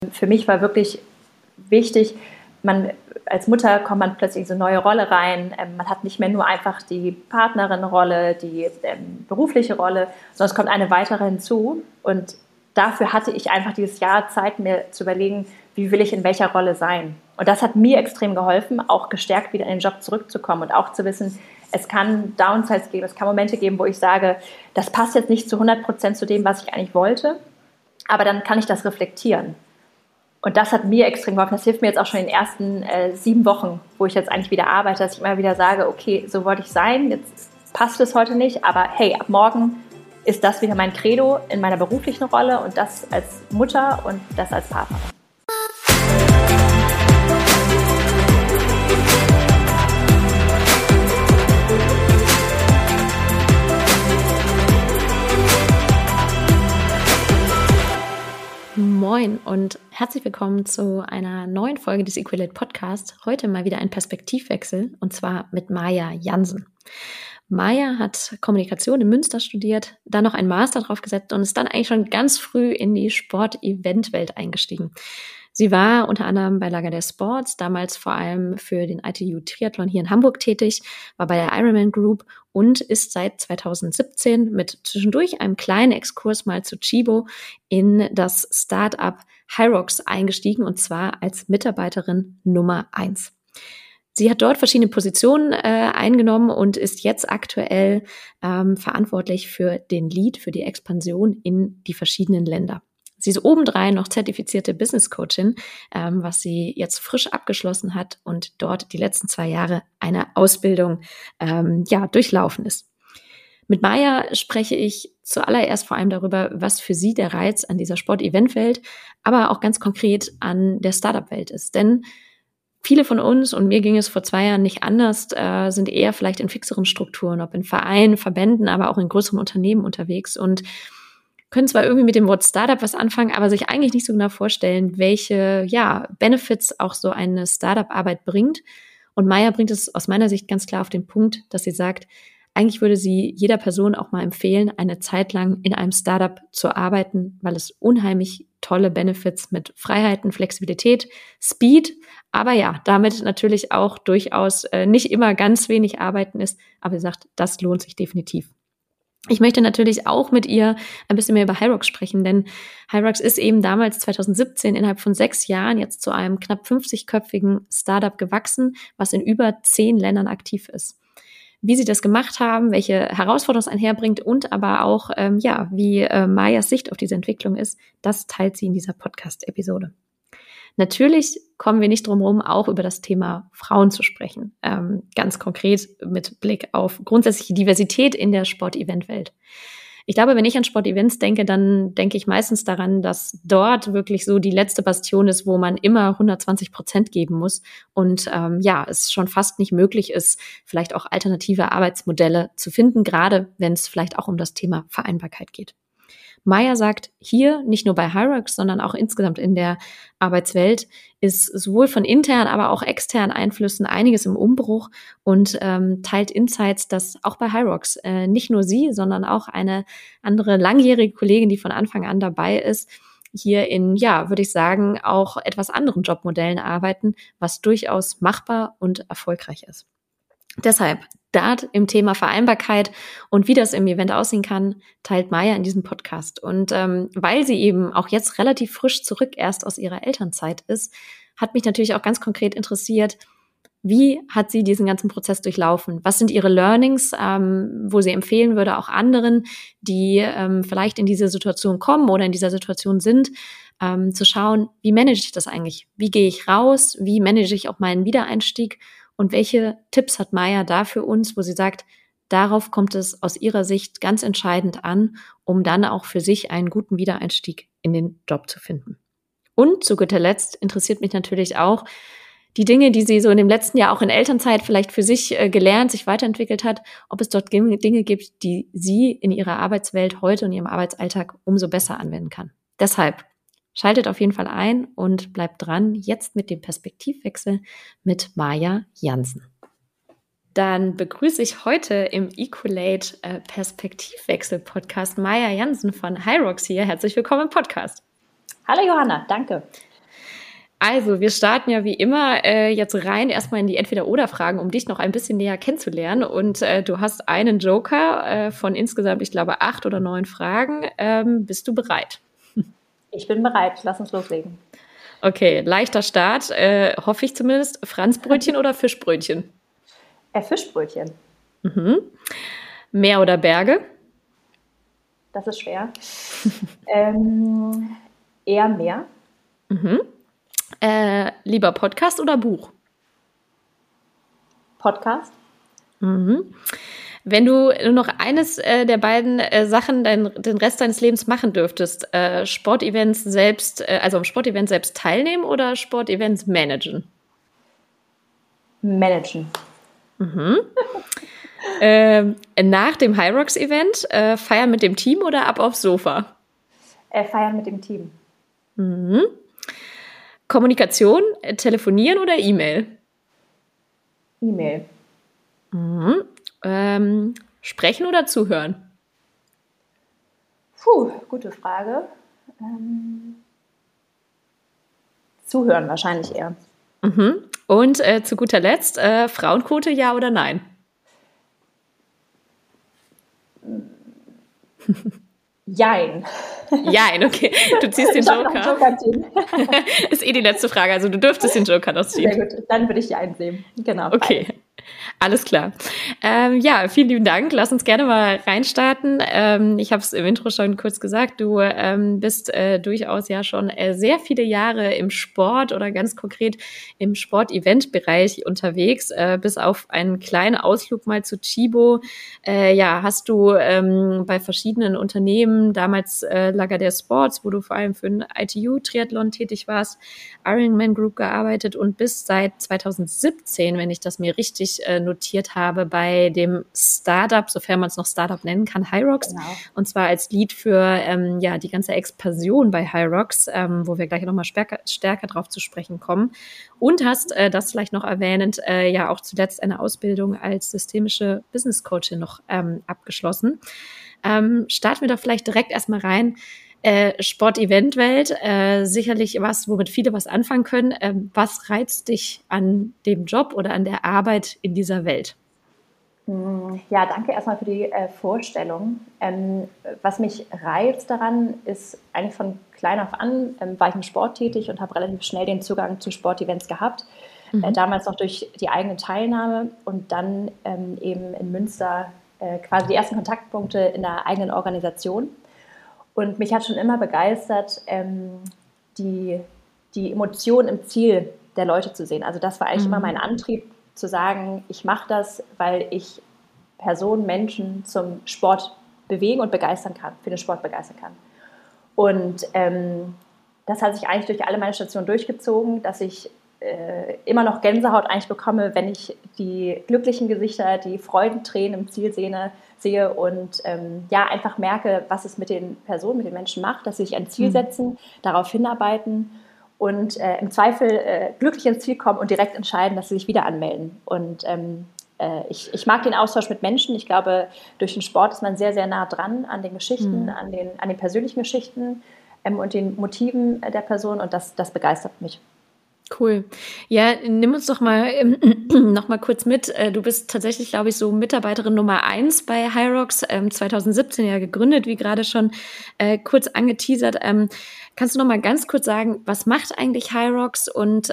Für mich war wirklich wichtig, als Mutter kommt man plötzlich in so eine neue Rolle rein. Man hat nicht mehr nur einfach die Partnerin-Rolle, die berufliche Rolle, sondern es kommt eine weitere hinzu. Und dafür hatte ich einfach dieses Jahr Zeit, mir zu überlegen, wie will ich in welcher Rolle sein. Und das hat mir extrem geholfen, auch gestärkt wieder in den Job zurückzukommen und auch zu wissen, es kann Downsides geben, es kann Momente geben, wo ich sage, das passt jetzt nicht zu 100% zu dem, was ich eigentlich wollte, aber dann kann ich das reflektieren. Und das hat mir extrem geholfen. Das hilft mir jetzt auch schon in den ersten 7 Wochen, wo ich jetzt eigentlich wieder arbeite, dass ich immer wieder sage, okay, so wollte ich sein, jetzt passt es heute nicht, aber hey, ab morgen ist das wieder mein Credo in meiner beruflichen Rolle und das als Mutter und das als Partnerin. Moin und herzlich willkommen zu einer neuen Folge des Equalate Podcasts. Heute mal wieder ein Perspektivwechsel und zwar mit Maja Jansen. Maja hat Kommunikation in Münster studiert, dann noch einen Master drauf gesetzt und ist dann eigentlich schon ganz früh in die Sport-Event-Welt eingestiegen. Sie war unter anderem bei Lagardère Sports, damals vor allem für den ITU Triathlon hier in Hamburg tätig, war bei der Ironman Group und ist seit 2017 mit zwischendurch einem kleinen Exkurs mal zu Chibo in das Startup Hyrox eingestiegen und zwar als Mitarbeiterin Nummer 1. Sie hat dort verschiedene Positionen eingenommen und ist jetzt aktuell verantwortlich für den Lead, für die Expansion in die verschiedenen Länder. Sie ist obendrein noch zertifizierte Business Coachin, was sie jetzt frisch abgeschlossen hat und dort die letzten 2 Jahre eine Ausbildung durchlaufen ist. Mit Maja spreche ich zuallererst vor allem darüber, was für sie der Reiz an dieser Sport-Event-Welt, aber auch ganz konkret an der Startup-Welt ist. Denn viele von uns, und mir ging es vor 2 Jahren nicht anders, sind eher vielleicht in fixeren Strukturen, ob in Vereinen, Verbänden, aber auch in größeren Unternehmen unterwegs und können zwar irgendwie mit dem Wort Startup was anfangen, aber sich eigentlich nicht so genau vorstellen, welche Benefits auch so eine Startup-Arbeit bringt. Und Maja bringt es aus meiner Sicht ganz klar auf den Punkt, dass sie sagt, eigentlich würde sie jeder Person auch mal empfehlen, eine Zeit lang in einem Startup zu arbeiten, weil es unheimlich tolle Benefits mit Freiheiten, Flexibilität, Speed, aber damit natürlich auch durchaus nicht immer ganz wenig Arbeiten ist. Aber sie sagt, das lohnt sich definitiv. Ich möchte natürlich auch mit ihr ein bisschen mehr über Hyrox sprechen, denn Hyrox ist eben damals 2017 innerhalb von 6 Jahren jetzt zu einem knapp 50-köpfigen Startup gewachsen, was in über 10 Ländern aktiv ist. Wie sie das gemacht haben, welche Herausforderungen es einherbringt und aber auch, wie Majas Sicht auf diese Entwicklung ist, das teilt sie in dieser Podcast-Episode. Natürlich kommen wir nicht drum herum, auch über das Thema Frauen zu sprechen. Ganz konkret mit Blick auf grundsätzliche Diversität in der Sport-Event-Welt. Ich glaube, wenn ich an Sportevents denke, dann denke ich meistens daran, dass dort wirklich so die letzte Bastion ist, wo man immer 120% geben muss und es schon fast nicht möglich ist, vielleicht auch alternative Arbeitsmodelle zu finden, gerade wenn es vielleicht auch um das Thema Vereinbarkeit geht. Maja sagt, hier nicht nur bei Hyrox, sondern auch insgesamt in der Arbeitswelt ist sowohl von internen, aber auch externen Einflüssen einiges im Umbruch und teilt Insights, dass auch bei Hyrox nicht nur sie, sondern auch eine andere langjährige Kollegin, die von Anfang an dabei ist, hier in, würde ich sagen, auch etwas anderen Jobmodellen arbeiten, was durchaus machbar und erfolgreich ist. Deshalb, Dart im Thema Vereinbarkeit und wie das im Event aussehen kann, teilt Maja in diesem Podcast. Und weil sie eben auch jetzt relativ frisch zurück erst aus ihrer Elternzeit ist, hat mich natürlich auch ganz konkret interessiert, wie hat sie diesen ganzen Prozess durchlaufen? Was sind ihre Learnings, wo sie empfehlen würde, auch anderen, die vielleicht in diese Situation kommen oder in dieser Situation sind, zu schauen, wie manage ich das eigentlich? Wie gehe ich raus? Wie manage ich auch meinen Wiedereinstieg? Und welche Tipps hat Maja da für uns, wo sie sagt, darauf kommt es aus ihrer Sicht ganz entscheidend an, um dann auch für sich einen guten Wiedereinstieg in den Job zu finden. Und zu guter Letzt interessiert mich natürlich auch die Dinge, die sie so in dem letzten Jahr auch in Elternzeit vielleicht für sich gelernt, sich weiterentwickelt hat, ob es dort Dinge gibt, die sie in ihrer Arbeitswelt heute und ihrem Arbeitsalltag umso besser anwenden kann. Deshalb schaltet auf jeden Fall ein und bleibt dran, jetzt mit dem Perspektivwechsel mit Maja Jansen. Dann begrüße ich heute im Equalate Perspektivwechsel Podcast Maja Jansen von Hyrox hier. Herzlich willkommen im Podcast. Hallo Johanna, danke. Also, wir starten ja wie immer jetzt rein erstmal in die Entweder-Oder-Fragen, um dich noch ein bisschen näher kennenzulernen. Und du hast einen Joker von insgesamt, ich glaube, 8 oder 9 Fragen. Bist du bereit? Ich bin bereit. Lass uns loslegen. Okay, leichter Start, hoffe ich zumindest. Franzbrötchen oder Fischbrötchen? Fischbrötchen. Meer oder Berge? Das ist schwer. Eher Meer. Lieber Podcast oder Buch? Podcast. Wenn du nur noch eines der beiden Sachen den Rest deines Lebens machen dürftest, Sportevents selbst, also am Sportevent selbst teilnehmen oder Sportevents managen? Managen. Nach dem Hyrox-Event feiern mit dem Team oder ab aufs Sofa? Feiern mit dem Team. Kommunikation, telefonieren oder E-Mail? E-Mail. Sprechen oder zuhören? Gute Frage. Zuhören wahrscheinlich eher. Und zu guter Letzt, Frauenquote, ja oder nein? Jein. Jein, okay. Du ziehst den Joker. Joker ziehen. Ist die letzte Frage, also du dürftest den Joker noch ziehen. Sehr gut, dann würde ich Jein sehen. Genau. Okay. Alles klar. Ja, vielen lieben Dank. Lass uns gerne mal reinstarten. Ich habe es im Intro schon kurz gesagt, du bist durchaus ja schon sehr viele Jahre im Sport oder ganz konkret im Sport-Event-Bereich unterwegs. Bis auf einen kleinen Ausflug mal zu Chibo. Hast du bei verschiedenen Unternehmen, damals Lagardère Sports, wo du vor allem für den ITU-Triathlon tätig warst, Ironman Group gearbeitet und bist seit 2017, wenn ich das mir richtig notiert habe, bei dem Startup, sofern man es noch Startup nennen kann, Hyrox. Genau. Und zwar als Lead für die ganze Expansion bei Hyrox, wo wir gleich nochmal stärker drauf zu sprechen kommen. Und hast, das vielleicht noch erwähnend, auch zuletzt eine Ausbildung als systemische Business Coachin noch abgeschlossen. Starten wir doch vielleicht direkt erstmal rein. Sport-Event-Welt, sicherlich was, womit viele was anfangen können. Was reizt dich an dem Job oder an der Arbeit in dieser Welt? Ja, danke erstmal für die Vorstellung. Was mich reizt daran, ist eigentlich von klein auf an, war ich im Sport tätig und habe relativ schnell den Zugang zu Sportevents gehabt. Damals noch durch die eigene Teilnahme und dann eben in Münster quasi die ersten Kontaktpunkte in der eigenen Organisation. Und mich hat schon immer begeistert, die Emotion im Ziel der Leute zu sehen. Also das war eigentlich immer mein Antrieb, zu sagen, ich mache das, weil ich Personen, Menschen zum Sport bewegen und begeistern kann, für den Sport begeistern kann. Und das hat sich eigentlich durch alle meine Stationen durchgezogen, dass ich immer noch Gänsehaut eigentlich bekomme, wenn ich die glücklichen Gesichter, die Freudentränen im Ziel sehe und einfach merke, was es mit den Personen, mit den Menschen macht, dass sie sich ein Ziel setzen, darauf hinarbeiten und im Zweifel glücklich ins Ziel kommen und direkt entscheiden, dass sie sich wieder anmelden. Und ich mag den Austausch mit Menschen. Ich glaube, durch den Sport ist man sehr, sehr nah dran an den Geschichten, an den persönlichen Geschichten und den Motiven der Person und das begeistert mich. Cool. Ja, nimm uns doch mal noch mal kurz mit. Du bist tatsächlich, glaube ich, so Mitarbeiterin Nummer 1 bei Hyrox, 2017 ja gegründet, wie gerade schon kurz angeteasert. Kannst du noch mal ganz kurz sagen, was macht eigentlich Hyrox und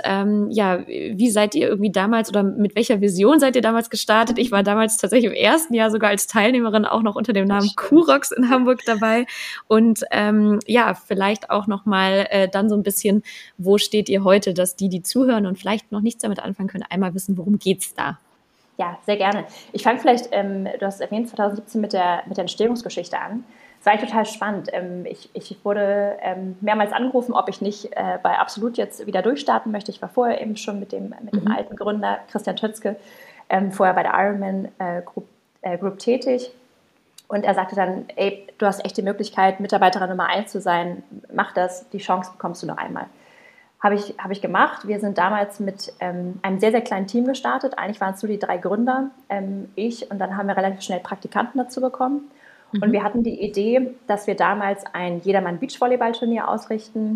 wie seid ihr irgendwie damals oder mit welcher Vision seid ihr damals gestartet? Ich war damals tatsächlich im ersten Jahr sogar als Teilnehmerin auch noch unter dem Namen Kurox in Hamburg dabei und vielleicht auch noch mal dann so ein bisschen, wo steht ihr heute, dass die zuhören und vielleicht noch nichts damit anfangen können, einmal wissen, worum geht's da? Ja, sehr gerne. Ich fange vielleicht, du hast erwähnt, 2017 mit der Entstehungsgeschichte an. Das war eigentlich total spannend. Ich wurde mehrmals angerufen, ob ich nicht bei Absolut jetzt wieder durchstarten möchte. Ich war vorher eben schon mit dem alten Gründer Christian Tötzke vorher bei der Ironman Group tätig. Und er sagte dann, ey, du hast echt die Möglichkeit, Mitarbeiterin Nummer 1 zu sein. Mach das, die Chance bekommst du noch einmal. Habe ich gemacht. Wir sind damals mit einem sehr, sehr kleinen Team gestartet. Eigentlich waren es nur die 3 Gründer, ich, und dann haben wir relativ schnell Praktikanten dazu bekommen. Und wir hatten die Idee, dass wir damals ein Jedermann-Beachvolleyball-Turnier ausrichten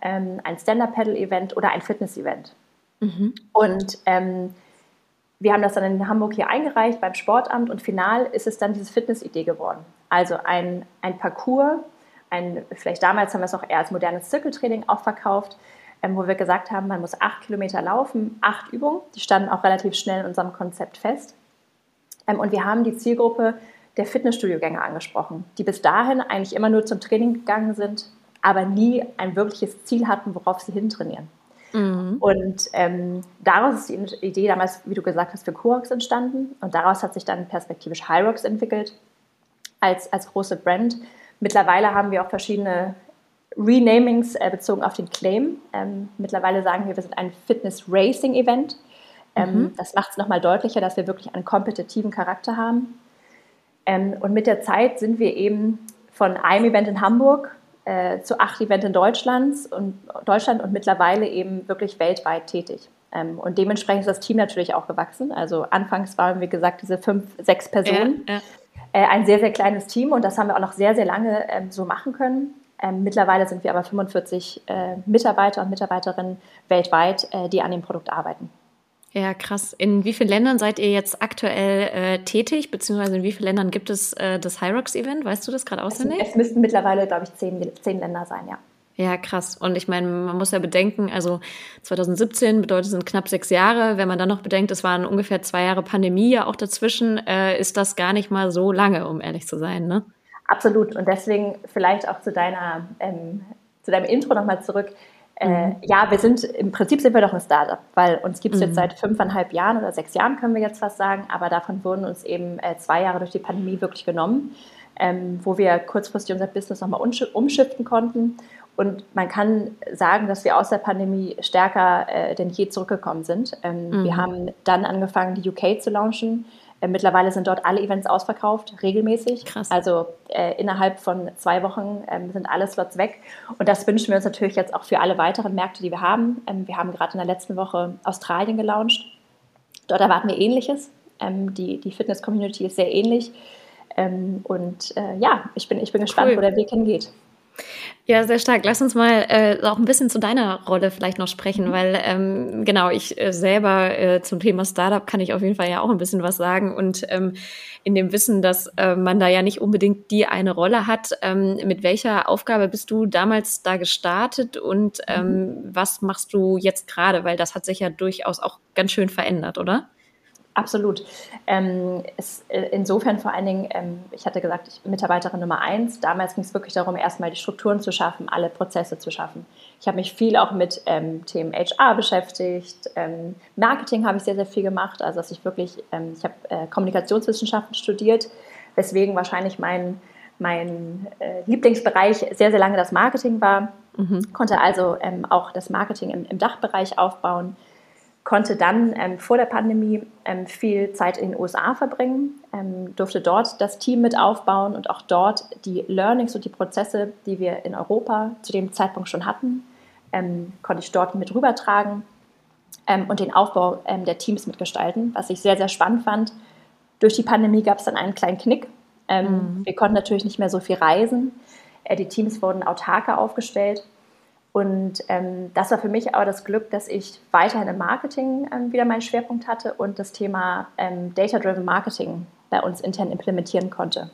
ein Stand-Up-Paddle-Event oder ein Fitness-Event. Mhm. Und wir haben das dann in Hamburg hier eingereicht beim Sportamt und final ist es dann diese Fitness-Idee geworden. Also ein Parcours, vielleicht damals haben wir es auch eher als modernes Zirkeltraining auch verkauft, wo wir gesagt haben, man muss 8 Kilometer laufen, 8 Übungen. Die standen auch relativ schnell in unserem Konzept fest. Und wir haben die Zielgruppe der Fitnessstudio-Gänger angesprochen, die bis dahin eigentlich immer nur zum Training gegangen sind, aber nie ein wirkliches Ziel hatten, worauf sie hintrainieren. Mhm. Und daraus ist die Idee damals, wie du gesagt hast, für Coworks entstanden. Und daraus hat sich dann perspektivisch Hyrox entwickelt als große Brand. Mittlerweile haben wir auch verschiedene Renamings bezogen auf den Claim. Mittlerweile sagen wir sind ein Fitness-Racing-Event. Das macht es nochmal deutlicher, dass wir wirklich einen kompetitiven Charakter haben. Und mit der Zeit sind wir eben von einem Event in Hamburg zu 8 Events in Deutschland und mittlerweile eben wirklich weltweit tätig. Und dementsprechend ist das Team natürlich auch gewachsen. Also anfangs waren, wie gesagt, diese 5, 6 Personen. Ja. Ein sehr, sehr kleines Team und das haben wir auch noch sehr, sehr lange so machen können. Mittlerweile sind wir aber 45 Mitarbeiter und Mitarbeiterinnen weltweit, die an dem Produkt arbeiten. Ja, krass. In wie vielen Ländern seid ihr jetzt aktuell tätig, beziehungsweise in wie vielen Ländern gibt es das Hyrox-Event? Weißt du das gerade auswendig? Es müssten mittlerweile, glaube ich, 10 Länder sein, ja. Ja, krass. Und ich meine, man muss ja bedenken, also 2017 bedeutet, es sind knapp 6 Jahre. Wenn man dann noch bedenkt, es waren ungefähr 2 Jahre Pandemie ja auch dazwischen, ist das gar nicht mal so lange, um ehrlich zu sein, ne? Absolut. Und deswegen vielleicht auch zu deinem Intro nochmal zurück. Ja, im Prinzip sind wir doch ein Startup, weil uns gibt es jetzt seit 5,5 Jahren oder 6 Jahren, können wir jetzt fast sagen, aber davon wurden uns eben 2 Jahre durch die Pandemie wirklich genommen, wo wir kurzfristig unser Business nochmal umschiften konnten. Und man kann sagen, dass wir aus der Pandemie stärker denn je zurückgekommen sind. Wir haben dann angefangen, die UK zu launchen. Mittlerweile sind dort alle Events ausverkauft, regelmäßig. Krass. Also innerhalb von 2 Wochen sind alle Slots weg. Und das wünschen wir uns natürlich jetzt auch für alle weiteren Märkte, die wir haben. Wir haben gerade in der letzten Woche Australien gelauncht. Dort erwarten wir Ähnliches. Die Fitness-Community ist sehr ähnlich. Ich bin gespannt, cool, wo der Weg hingeht. Ja, sehr stark. Lass uns mal auch ein bisschen zu deiner Rolle vielleicht noch sprechen, weil genau, ich selber zum Thema Startup kann ich auf jeden Fall ja auch ein bisschen was sagen und in dem Wissen, dass man da ja nicht unbedingt die eine Rolle hat. Mit welcher Aufgabe bist du damals da gestartet und was machst du jetzt gerade? Weil das hat sich ja durchaus auch ganz schön verändert, oder? Absolut. Insofern vor allen Dingen, ich hatte gesagt, ich bin Mitarbeiterin Nummer 1. Damals ging es wirklich darum, erstmal die Strukturen zu schaffen, alle Prozesse zu schaffen. Ich habe mich viel auch mit Themen HR beschäftigt. Marketing habe ich sehr, sehr viel gemacht. Also dass ich ich habe Kommunikationswissenschaften studiert, weswegen wahrscheinlich mein Lieblingsbereich sehr, sehr lange das Marketing war. Konnte also auch das Marketing im Dachbereich aufbauen. Konnte dann vor der Pandemie viel Zeit in den USA verbringen, durfte dort das Team mit aufbauen und auch dort die Learnings und die Prozesse, die wir in Europa zu dem Zeitpunkt schon hatten, konnte ich dort mit rübertragen und den Aufbau der Teams mitgestalten, was ich sehr, sehr spannend fand. Durch die Pandemie gab es dann einen kleinen Knick. Wir konnten natürlich nicht mehr so viel reisen. Die Teams wurden autarker aufgestellt. Und das war für mich aber das Glück, dass ich weiterhin im Marketing wieder meinen Schwerpunkt hatte und das Thema Data-Driven Marketing bei uns intern implementieren konnte.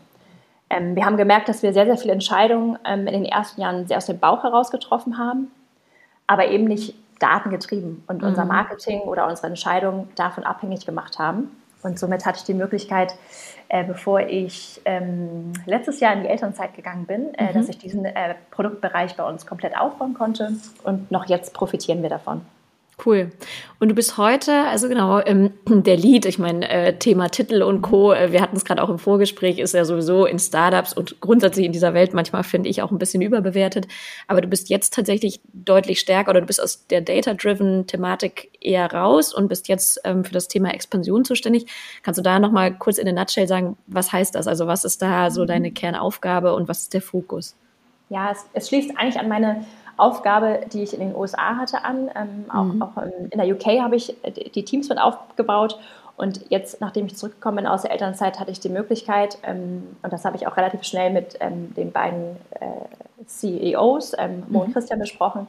Wir haben gemerkt, dass wir sehr, sehr viele Entscheidungen in den ersten Jahren sehr aus dem Bauch heraus getroffen haben, aber eben nicht datengetrieben und unser Marketing oder unsere Entscheidungen davon abhängig gemacht haben. Und somit hatte ich die Möglichkeit, bevor ich letztes Jahr in die Elternzeit gegangen bin, dass ich diesen Produktbereich bei uns komplett aufbauen konnte. Und noch jetzt profitieren wir davon. Cool. Und du bist heute, also genau, der Lead, ich meine, Thema Titel und Co., wir hatten es gerade auch im Vorgespräch, ist ja sowieso in Startups und grundsätzlich in dieser Welt manchmal, finde ich, auch ein bisschen überbewertet. Aber du bist jetzt tatsächlich deutlich stärker oder du bist aus der Data-Driven-Thematik eher raus und bist jetzt für das Thema Expansion zuständig. Kannst du da nochmal kurz in der Nutshell sagen, was heißt das? Also was ist da so deine Kernaufgabe und was ist der Fokus? Ja, es schließt eigentlich an meine Aufgabe, die ich in den USA hatte, an. Auch in der UK habe ich die Teams mit aufgebaut. Und jetzt, nachdem ich zurückgekommen bin aus der Elternzeit, hatte ich die Möglichkeit, und das habe ich auch relativ schnell mit den beiden CEOs, Mo und Christian, besprochen,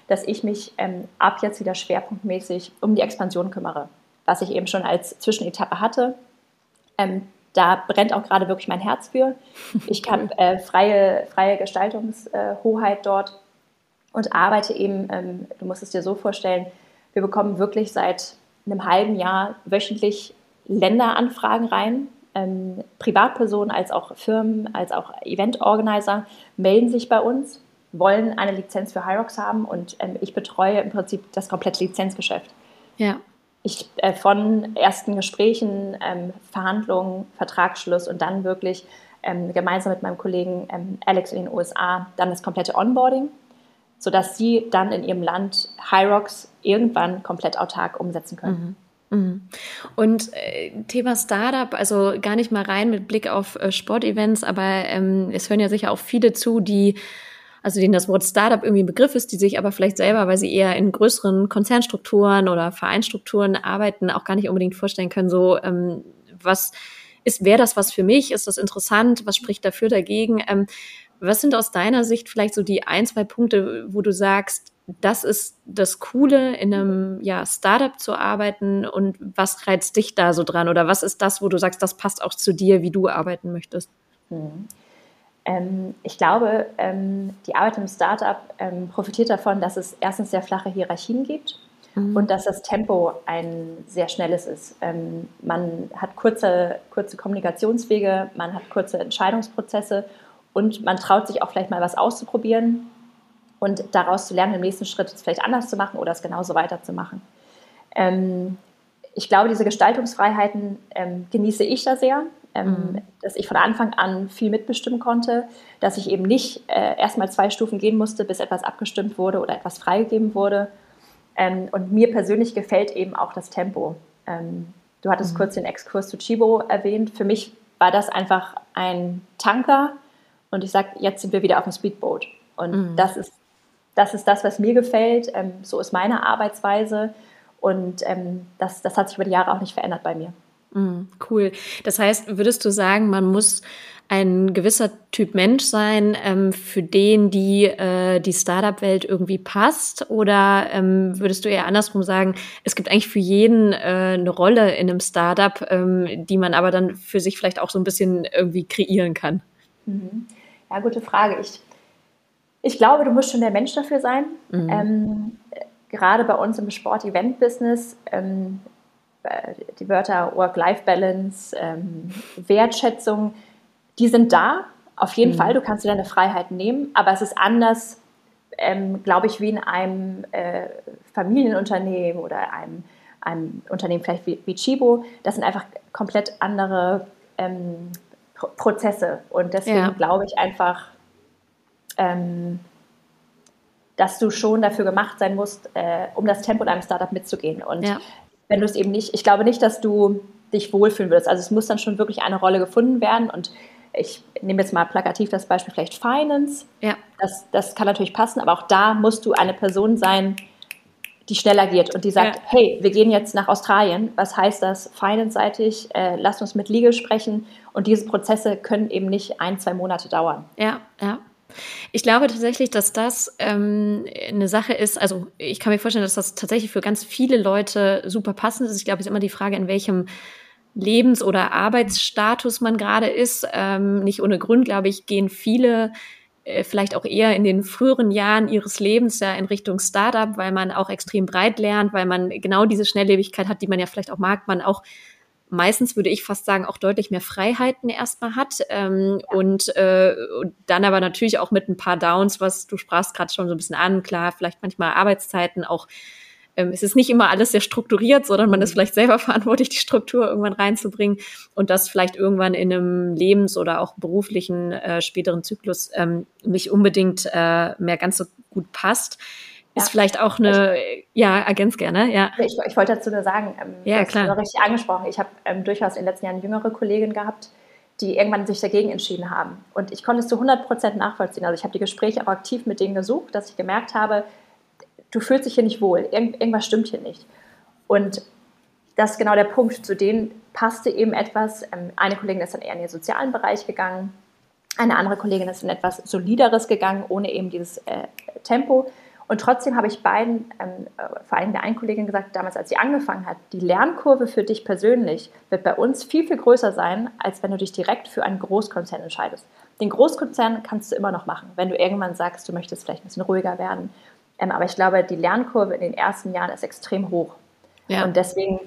dass ich mich ab jetzt wieder schwerpunktmäßig um die Expansion kümmere, was ich eben schon als Zwischenetappe hatte. Da brennt auch gerade wirklich mein Herz für. Ich habe freie Gestaltungshoheit dort und arbeite eben, du musst es dir so vorstellen, wir bekommen wirklich seit einem halben Jahr wöchentlich Länderanfragen rein. Privatpersonen als auch Firmen, als auch Event-Organizer melden sich bei uns, wollen eine Lizenz für HYROX haben und ich betreue im Prinzip das komplette Lizenzgeschäft. Ja. Ich von ersten Gesprächen, Verhandlungen, Vertragsschluss und dann wirklich gemeinsam mit meinem Kollegen Alex in den USA dann das komplette Onboarding, sodass sie dann in ihrem Land HYROX irgendwann komplett autark umsetzen können. Und Thema Startup, also gar nicht mal rein mit Blick auf Sportevents, aber es hören ja sicher auch viele zu, denen das Wort Startup irgendwie ein Begriff ist, die sich aber vielleicht selber, weil sie eher in größeren Konzernstrukturen oder Vereinsstrukturen arbeiten, auch gar nicht unbedingt vorstellen können, so wäre das was für mich? Ist das interessant? Was spricht dafür, dagegen? Was sind aus deiner Sicht vielleicht so die 1, 2 Punkte, wo du sagst, das ist das Coole, in einem Startup zu arbeiten, und was reizt dich da so dran? Oder was ist das, wo du sagst, das passt auch zu dir, wie du arbeiten möchtest? Ich glaube, die Arbeit im Startup profitiert davon, dass es erstens sehr flache Hierarchien gibt und dass das Tempo ein sehr schnelles ist. Man hat kurze Kommunikationswege, man hat kurze Entscheidungsprozesse und man traut sich auch vielleicht mal was auszuprobieren und daraus zu lernen, im nächsten Schritt es vielleicht anders zu machen oder es genauso weiterzumachen. Ich glaube, diese Gestaltungsfreiheiten genieße ich da sehr, dass ich von Anfang an viel mitbestimmen konnte, dass ich eben nicht erst mal 2 Stufen gehen musste, bis etwas abgestimmt wurde oder etwas freigegeben wurde. Und mir persönlich gefällt eben auch das Tempo. Du hattest kurz den Exkurs zu Chibo erwähnt. Für mich war das einfach ein Tanker und ich sage, jetzt sind wir wieder auf dem Speedboat. Und das ist das, was mir gefällt. So ist meine Arbeitsweise und das hat sich über die Jahre auch nicht verändert bei mir. Cool. Das heißt, würdest du sagen, man muss ein gewisser Typ Mensch sein, für den die Startup-Welt irgendwie passt? Oder würdest du eher andersrum sagen, es gibt eigentlich für jeden eine Rolle in einem Startup, die man aber dann für sich vielleicht auch so ein bisschen irgendwie kreieren kann? Ja, gute Frage. Ich glaube, du musst schon der Mensch dafür sein. Gerade bei uns im Sport-Event-Business, die Wörter Work-Life-Balance, Wertschätzung, die sind da, auf jeden Fall. Du kannst dir deine Freiheit nehmen, aber es ist anders, glaube ich, wie in einem Familienunternehmen oder einem Unternehmen vielleicht wie Chibo. Das sind einfach komplett andere Prozesse und deswegen glaube ich einfach, dass du schon dafür gemacht sein musst, um das Tempo in einem Startup mitzugehen. Und wenn du es eben nicht, ich glaube nicht, dass du dich wohlfühlen würdest. Also es muss dann schon wirklich eine Rolle gefunden werden. Und ich nehme jetzt mal plakativ das Beispiel vielleicht Finance. Ja. Das kann natürlich passen, aber auch da musst du eine Person sein, die schneller geht und die sagt, hey, wir gehen jetzt nach Australien. Was heißt das Finance-seitig? Lasst uns mit Legal sprechen. Und diese Prozesse können eben nicht 1, 2 Monate dauern. Ja. Ich glaube tatsächlich, dass das eine Sache ist, also ich kann mir vorstellen, dass das tatsächlich für ganz viele Leute super passend ist. Ich glaube, es ist immer die Frage, in welchem Lebens- oder Arbeitsstatus man gerade ist. Nicht ohne Grund, glaube ich, gehen viele vielleicht auch eher in den früheren Jahren ihres Lebens in Richtung Startup, weil man auch extrem breit lernt, weil man genau diese Schnelllebigkeit hat, die man ja vielleicht auch mag, man auch meistens, würde ich fast sagen, auch deutlich mehr Freiheiten erstmal hat und dann aber natürlich auch mit ein paar Downs, was du sprachst gerade schon so ein bisschen an, klar, vielleicht manchmal Arbeitszeiten auch, es ist nicht immer alles sehr strukturiert, sondern man ist vielleicht selber verantwortlich, die Struktur irgendwann reinzubringen und das vielleicht irgendwann in einem Lebens- oder auch beruflichen späteren Zyklus nicht unbedingt mehr ganz so gut passt. Ist vielleicht auch eine, ergänz gerne, ja. Ich wollte dazu nur sagen, du hast es richtig angesprochen, ich habe durchaus in den letzten Jahren jüngere Kolleginnen gehabt, die irgendwann sich dagegen entschieden haben. Und ich konnte es zu 100% nachvollziehen. Also ich habe die Gespräche auch aktiv mit denen gesucht, dass ich gemerkt habe, du fühlst dich hier nicht wohl, irgendwas stimmt hier nicht. Und das ist genau der Punkt, zu denen passte eben etwas. Eine Kollegin ist dann eher in den sozialen Bereich gegangen, eine andere Kollegin ist in etwas Solideres gegangen, ohne eben dieses Tempo. Und trotzdem habe ich beiden, vor allem der einen Kollegin gesagt, damals, als sie angefangen hat, die Lernkurve für dich persönlich wird bei uns viel, viel größer sein, als wenn du dich direkt für einen Großkonzern entscheidest. Den Großkonzern kannst du immer noch machen, wenn du irgendwann sagst, du möchtest vielleicht ein bisschen ruhiger werden. Aber ich glaube, die Lernkurve in den ersten Jahren ist extrem hoch. Ja. Und deswegen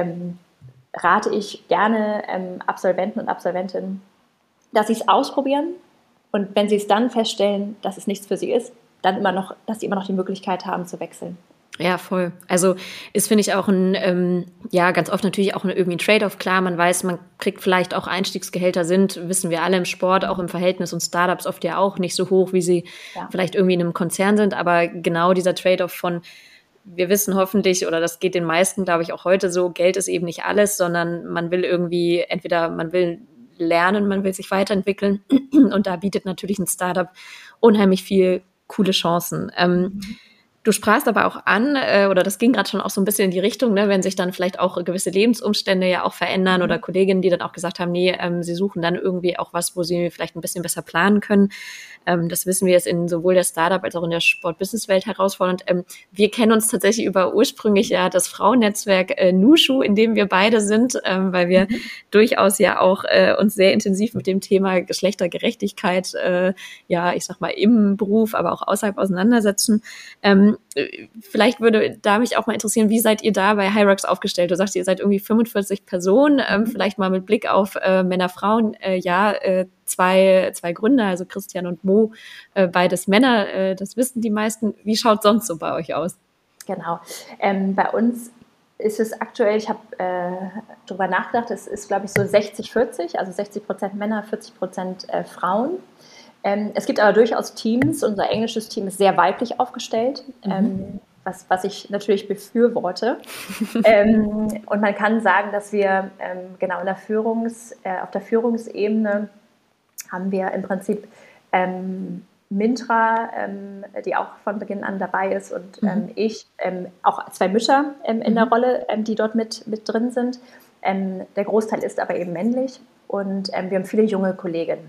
rate ich gerne Absolventen und Absolventinnen, dass sie es ausprobieren und wenn sie es dann feststellen, dass es nichts für sie ist, dann immer noch, dass sie immer noch die Möglichkeit haben zu wechseln. Ja, voll. Also ist, finde ich, auch ganz oft natürlich auch irgendwie ein Trade-off. Klar, man weiß, man kriegt vielleicht auch Einstiegsgehälter wissen wir alle im Sport, auch im Verhältnis und Startups oft ja auch nicht so hoch, wie sie vielleicht irgendwie in einem Konzern sind. Aber genau dieser Trade-off von, wir wissen hoffentlich, oder das geht den meisten, glaube ich, auch heute so, Geld ist eben nicht alles, sondern man will irgendwie, entweder man will lernen, man will sich weiterentwickeln und da bietet natürlich ein Startup unheimlich viel coole Chancen. Du sprachst aber auch an, oder das ging gerade schon auch so ein bisschen in die Richtung, ne, wenn sich dann vielleicht auch gewisse Lebensumstände ja auch verändern oder Kolleginnen, die dann auch gesagt haben, nee, sie suchen dann irgendwie auch was, wo sie vielleicht ein bisschen besser planen können. Das wissen wir jetzt in sowohl der Startup als auch in der Sport-Business-Welt herausfordernd. Wir kennen uns tatsächlich über ursprünglich ja das Frauennetzwerk Nushu, in dem wir beide sind, weil wir durchaus ja auch uns sehr intensiv mit dem Thema Geschlechtergerechtigkeit, ich sag mal im Beruf, aber auch außerhalb auseinandersetzen. Vielleicht würde da mich auch mal interessieren, wie seid ihr da bei Hyrox aufgestellt? Du sagst, ihr seid irgendwie 45 Personen, vielleicht mal mit Blick auf Männer, Frauen, zwei Gründer, also Christian und Mo, beides Männer, das wissen die meisten. Wie schaut sonst so bei euch aus? Genau, bei uns ist es aktuell, ich habe darüber nachgedacht, es ist, glaube ich, so 60-40, also 60% Männer, 40% Frauen. Es gibt aber durchaus Teams, unser englisches Team ist sehr weiblich aufgestellt, was ich natürlich befürworte. Und man kann sagen, dass wir genau auf der Führungsebene haben wir im Prinzip Mintra, die auch von Beginn an dabei ist und ich, auch zwei Mischer in der Rolle, die dort mit drin sind. Der Großteil ist aber eben männlich und wir haben viele junge Kollegen,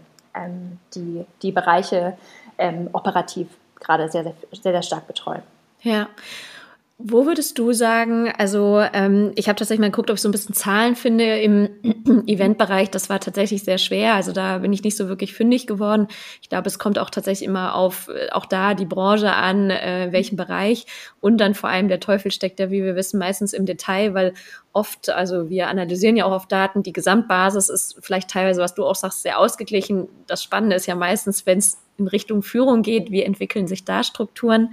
die Bereiche operativ gerade sehr, sehr, sehr, sehr stark betreuen. Ja. Wo würdest du sagen, also ich habe tatsächlich mal geguckt, ob ich so ein bisschen Zahlen finde im Eventbereich. Das war tatsächlich sehr schwer. Also da bin ich nicht so wirklich fündig geworden. Ich glaube, es kommt auch tatsächlich immer auf auch da die Branche an, welchen Bereich. Und dann vor allem der Teufel steckt ja, wie wir wissen, meistens im Detail, weil oft, also wir analysieren ja auch auf Daten, die Gesamtbasis ist vielleicht teilweise, was du auch sagst, sehr ausgeglichen. Das Spannende ist ja meistens, wenn es in Richtung Führung geht, wie entwickeln sich da Strukturen?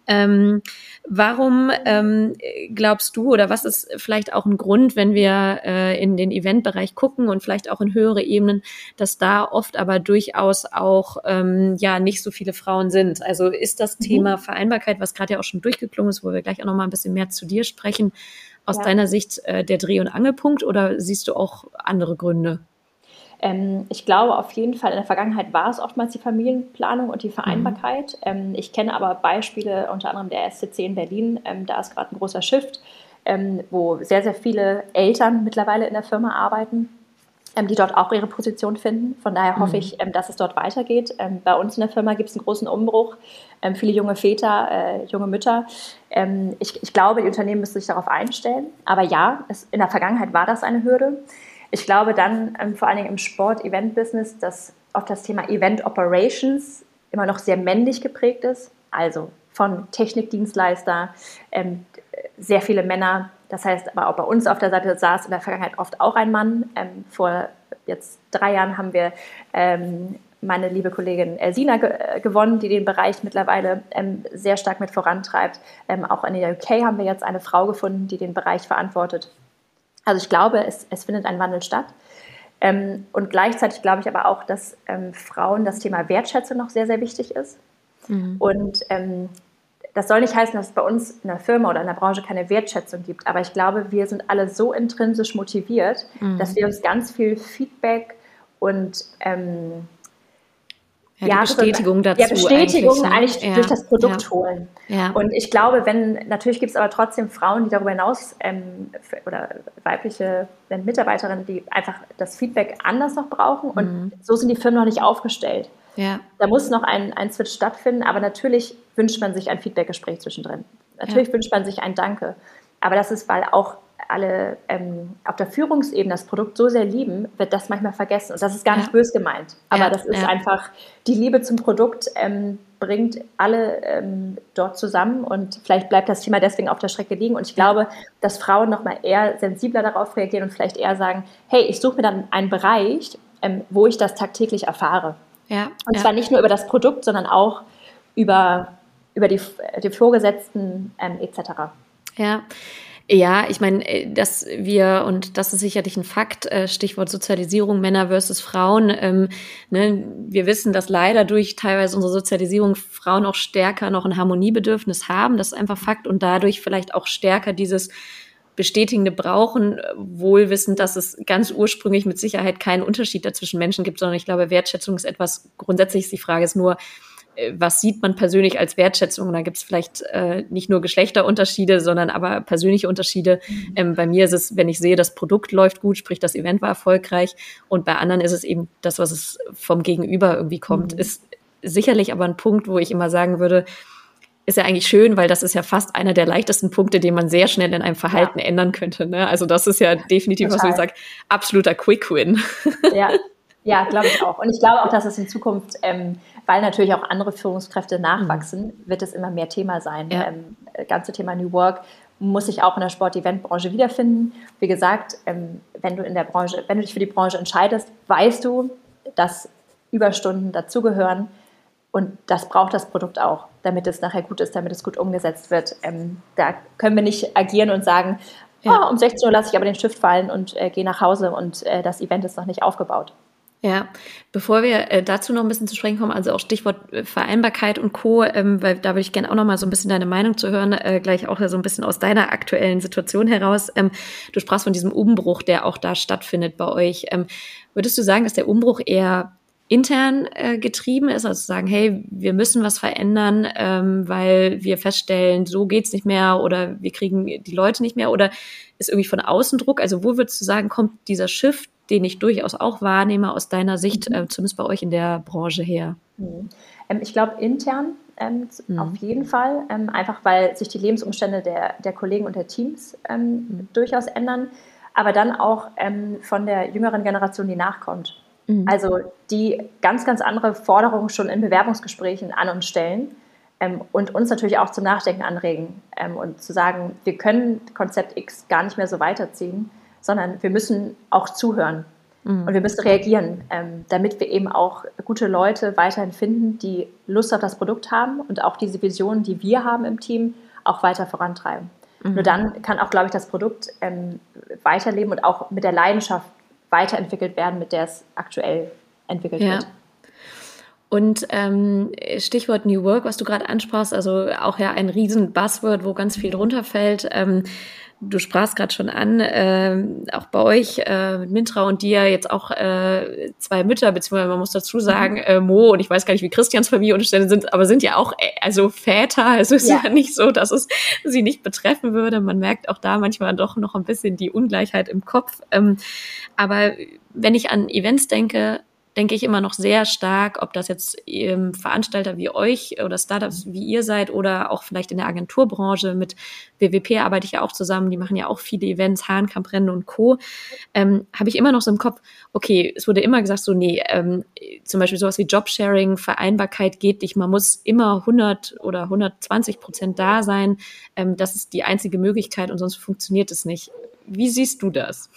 Warum glaubst du, oder was ist vielleicht auch ein Grund, wenn wir in den Eventbereich gucken und vielleicht auch in höhere Ebenen, dass da oft aber durchaus auch nicht so viele Frauen sind? Also ist das Thema Vereinbarkeit, was gerade ja auch schon durchgeklungen ist, wo wir gleich auch noch mal ein bisschen mehr zu dir sprechen, aus deiner Sicht der Dreh- und Angelpunkt oder siehst du auch andere Gründe? Ich glaube auf jeden Fall, in der Vergangenheit war es oftmals die Familienplanung und die Vereinbarkeit. Ich kenne aber Beispiele, unter anderem der SCC in Berlin, da ist gerade ein großer Shift, wo sehr, sehr viele Eltern mittlerweile in der Firma arbeiten, die dort auch ihre Position finden. Von daher hoffe ich, dass es dort weitergeht. Bei uns in der Firma gibt es einen großen Umbruch, viele junge Väter, junge Mütter. Ich glaube, die Unternehmen müssen sich darauf einstellen. Aber ja, in der Vergangenheit war das eine Hürde. Ich glaube dann vor allen Dingen im Sport-Event-Business, dass oft das Thema Event Operations immer noch sehr männlich geprägt ist. Also von Technikdienstleister, sehr viele Männer. Das heißt, aber auch bei uns auf der Seite saß in der Vergangenheit oft auch ein Mann. Vor jetzt 3 Jahren haben wir meine liebe Kollegin Sina gewonnen, die den Bereich mittlerweile sehr stark mit vorantreibt. Auch in der UK haben wir jetzt eine Frau gefunden, die den Bereich verantwortet. Also ich glaube, es findet ein Wandel statt. Und gleichzeitig glaube ich aber auch, dass Frauen das Thema Wertschätzung noch sehr, sehr wichtig ist. Und das soll nicht heißen, dass es bei uns in der Firma oder in der Branche keine Wertschätzung gibt. Aber ich glaube, wir sind alle so intrinsisch motiviert, dass wir uns ganz viel Feedback und die Bestätigung dazu. Ja, Bestätigung eigentlich durch das Produkt holen. Ja. Und ich glaube, natürlich gibt es aber trotzdem Frauen, die darüber hinaus oder weibliche Mitarbeiterinnen, die einfach das Feedback anders noch brauchen. Und so sind die Firmen noch nicht aufgestellt. Ja. Da muss noch ein Switch stattfinden, aber natürlich wünscht man sich ein Feedbackgespräch zwischendrin. Natürlich wünscht man sich ein Danke. Aber das ist, weil auch alle auf der Führungsebene das Produkt so sehr lieben, wird das manchmal vergessen. Und das ist gar nicht böse gemeint. Aber das ist einfach, die Liebe zum Produkt bringt alle dort zusammen. Und vielleicht bleibt das Thema deswegen auf der Strecke liegen. Und ich glaube, dass Frauen noch mal eher sensibler darauf reagieren und vielleicht eher sagen, hey, ich suche mir dann einen Bereich, wo ich das tagtäglich erfahre. Ja, und zwar nicht nur über das Produkt, sondern auch über die Vorgesetzten etc. Ja, ich meine, dass wir, und das ist sicherlich ein Fakt, Stichwort Sozialisierung, Männer versus Frauen, ne, wir wissen, dass leider durch teilweise unsere Sozialisierung Frauen auch stärker noch ein Harmoniebedürfnis haben, das ist einfach Fakt, und dadurch vielleicht auch stärker dieses bestätigende Brauchen, wohl wissend, dass es ganz ursprünglich mit Sicherheit keinen Unterschied dazwischen Menschen gibt, sondern ich glaube, Wertschätzung ist etwas Grundsätzliches. Die Frage ist nur, was sieht man persönlich als Wertschätzung? Und da gibt es vielleicht nicht nur Geschlechterunterschiede, sondern aber persönliche Unterschiede. Bei mir ist es, wenn ich sehe, das Produkt läuft gut, sprich das Event war erfolgreich. Und bei anderen ist es eben das, was es vom Gegenüber irgendwie kommt. Ist sicherlich aber ein Punkt, wo ich immer sagen würde, ist ja eigentlich schön, weil das ist ja fast einer der leichtesten Punkte, den man sehr schnell in einem Verhalten ändern könnte. Ne? Also das ist ja definitiv, was ich sage, absoluter Quick-Win. Ja, glaube ich auch. Und ich glaube auch, dass es in Zukunft, weil natürlich auch andere Führungskräfte nachwachsen, wird es immer mehr Thema sein. Das ganze Thema New Work muss sich auch in der Sport-Event-Branche wiederfinden. Wie gesagt, wenn du dich für die Branche entscheidest, weißt du, dass Überstunden dazugehören. Und das braucht das Produkt auch, damit es nachher gut ist, damit es gut umgesetzt wird. Da können wir nicht agieren und sagen, um 16 Uhr lasse ich aber den Stift fallen und gehe nach Hause und das Event ist noch nicht aufgebaut. Ja, bevor wir dazu noch ein bisschen zu sprechen kommen, also auch Stichwort Vereinbarkeit und Co., weil da würde ich gerne auch noch mal so ein bisschen deine Meinung zu hören, gleich auch so ein bisschen aus deiner aktuellen Situation heraus. Du sprachst von diesem Umbruch, der auch da stattfindet bei euch. Würdest du sagen, dass der Umbruch eher intern getrieben ist, also sagen, hey, wir müssen was verändern, weil wir feststellen, so geht's nicht mehr oder wir kriegen die Leute nicht mehr, oder ist irgendwie von außen Druck? Also wo würdest du sagen, kommt dieser Shift, den ich durchaus auch wahrnehme aus deiner Sicht, zumindest bei euch in der Branche her? Ich glaube intern auf jeden Fall, einfach weil sich die Lebensumstände der Kollegen und der Teams durchaus ändern, aber dann auch von der jüngeren Generation, die nachkommt. Also die ganz, ganz andere Forderungen schon in Bewerbungsgesprächen an uns stellen und uns natürlich auch zum Nachdenken anregen und zu sagen, wir können Konzept X gar nicht mehr so weiterziehen, sondern wir müssen auch zuhören und wir müssen reagieren, damit wir eben auch gute Leute weiterhin finden, die Lust auf das Produkt haben und auch diese Vision, die wir haben im Team, auch weiter vorantreiben. Nur dann kann auch, glaube ich, das Produkt weiterleben und auch mit der Leidenschaft weiterentwickelt werden, mit der es aktuell entwickelt wird. Und Stichwort New Work, was du gerade ansprachst, also auch ja ein riesen Buzzword, wo ganz viel drunter fällt. Du sprachst gerade schon an, auch bei euch mit Mintra und dir jetzt auch zwei Mütter, beziehungsweise man muss dazu sagen, Mo und ich weiß gar nicht, wie Christians Familienumstände sind, aber sind ja auch also Väter. Also es ist ja nicht so, dass es sie nicht betreffen würde. Man merkt auch da manchmal doch noch ein bisschen die Ungleichheit im Kopf. Aber wenn ich an Events denke ich immer noch sehr stark, ob das jetzt Veranstalter wie euch oder Startups wie ihr seid oder auch vielleicht in der Agenturbranche, mit WWP arbeite ich ja auch zusammen, die machen ja auch viele Events, Hahnkampfrennen und Co., habe ich immer noch so im Kopf, okay, es wurde immer gesagt so, nee, zum Beispiel sowas wie Jobsharing, Vereinbarkeit geht nicht, man muss immer 100 oder 120% da sein, das ist die einzige Möglichkeit und sonst funktioniert es nicht. Wie siehst du das?